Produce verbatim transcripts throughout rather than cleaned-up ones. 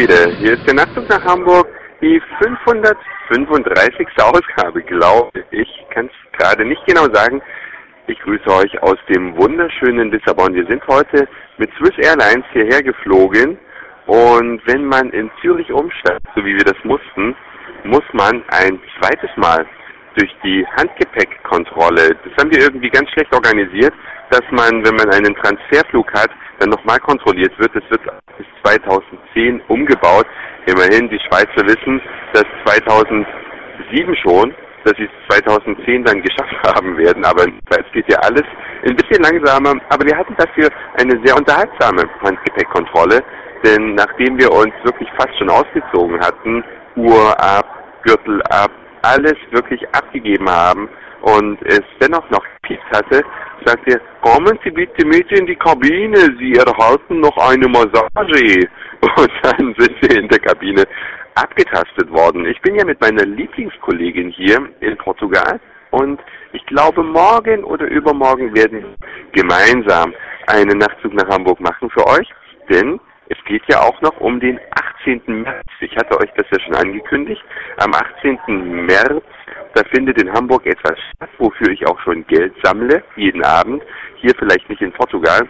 Rede. Hier ist der Nachtzug nach Hamburg, die fünfhundertfünfunddreißigste Ausgabe, glaube ich. Ich kann es gerade nicht genau sagen. Ich grüße euch aus dem wunderschönen Lissabon. Wir sind heute mit Swiss Airlines hierher geflogen. Und wenn man in Zürich umsteigt, so wie wir das mussten, muss man ein zweites Mal durch die Handgepäckkontrolle. Das haben wir irgendwie ganz schlecht organisiert, dass man, wenn man einen Transferflug hat, dann nochmal kontrolliert wird. Das wird bis zweitausendzehn umgebaut. Immerhin, die Schweizer wissen, dass zweitausendsieben schon, dass sie es zweitausendzehn dann geschafft haben werden. Aber es geht ja alles ein bisschen langsamer. Aber wir hatten dafür eine sehr unterhaltsame Handgepäckkontrolle. Denn nachdem wir uns wirklich fast schon ausgezogen hatten, Uhr ab, Gürtel ab, alles wirklich abgegeben haben und es dennoch noch gepiept hatte, sagte er, kommen Sie bitte mit in die Kabine, Sie erhalten noch eine Massage. Und dann sind wir in der Kabine abgetastet worden. Ich bin ja mit meiner Lieblingskollegin hier in Portugal und ich glaube, morgen oder übermorgen werden wir gemeinsam einen Nachtzug nach Hamburg machen für euch, denn es geht ja auch noch um den achtzehnten März. Ich hatte euch das ja schon angekündigt. Am achtzehnten März, da findet in Hamburg etwas statt, wofür ich auch schon Geld sammle, jeden Abend. Hier vielleicht nicht in Portugal.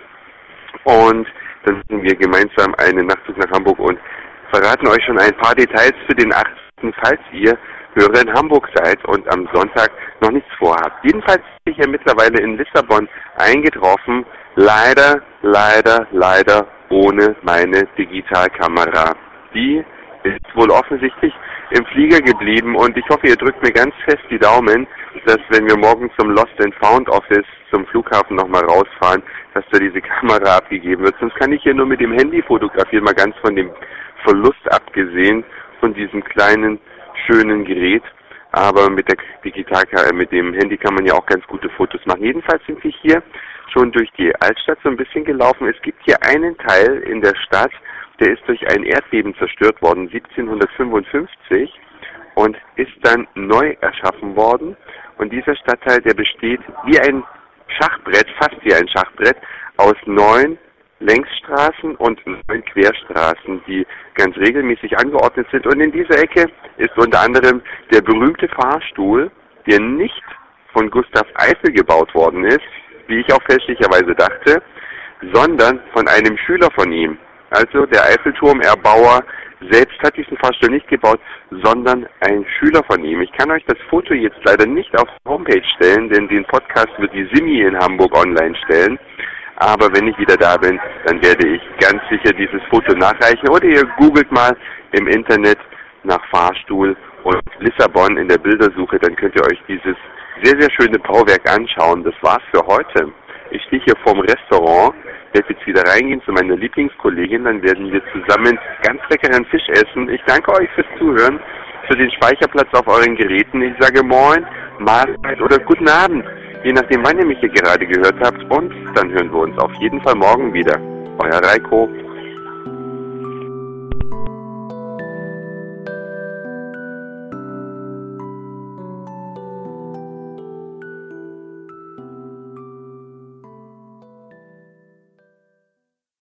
Und dann machen wir gemeinsam einen Nachtzug nach Hamburg und verraten euch schon ein paar Details für den achtzehnten falls ihr Hörer in Hamburg seid und am Sonntag noch nichts vorhabt. Jedenfalls bin ich ja mittlerweile in Lissabon eingetroffen. Leider, leider, leider ohne meine Digitalkamera. Die ist wohl offensichtlich im Flieger geblieben und ich hoffe, ihr drückt mir ganz fest die Daumen, dass wenn wir morgen zum Lost and Found Office zum Flughafen nochmal rausfahren, dass da diese Kamera abgegeben wird. Sonst kann ich hier nur mit dem Handy fotografieren, mal ganz von dem Verlust abgesehen, von diesem kleinen, schönen Gerät. Aber mit der Digitalkamera, mit dem Handy kann man ja auch ganz gute Fotos machen. Jedenfalls sind wir hier schon durch die Altstadt so ein bisschen gelaufen. Es gibt hier einen Teil in der Stadt, der ist durch ein Erdbeben zerstört worden, siebzehnhundertfünfundfünfzig, und ist dann neu erschaffen worden. Und dieser Stadtteil, der besteht wie ein Schachbrett, fast wie ein Schachbrett, aus neun Längsstraßen und neun Querstraßen, die ganz regelmäßig angeordnet sind. Und in dieser Ecke ist unter anderem der berühmte Fahrstuhl, der nicht von Gustav Eiffel gebaut worden ist, wie ich auch fälschlicherweise dachte, sondern von einem Schüler von ihm. Also der Eiffelturmerbauer selbst hat diesen Fahrstuhl nicht gebaut, sondern ein Schüler von ihm. Ich kann euch das Foto jetzt leider nicht auf die Homepage stellen, denn den Podcast wird die Simi in Hamburg online stellen. Aber wenn ich wieder da bin, dann werde ich ganz sicher dieses Foto nachreichen. Oder ihr googelt mal im Internet nach Fahrstuhl und Lissabon in der Bildersuche, dann könnt ihr euch dieses sehr, sehr schöne Bauwerk anschauen. Das war's für heute. Ich stehe hier vorm Restaurant, werde jetzt wieder reingehen zu meiner Lieblingskollegin, dann werden wir zusammen ganz leckeren Fisch essen. Ich danke euch fürs Zuhören, für den Speicherplatz auf euren Geräten. Ich sage Moin, Mahlzeit oder Guten Abend, je nachdem, wann ihr mich hier gerade gehört habt. Und dann hören wir uns auf jeden Fall morgen wieder. Euer Reiko.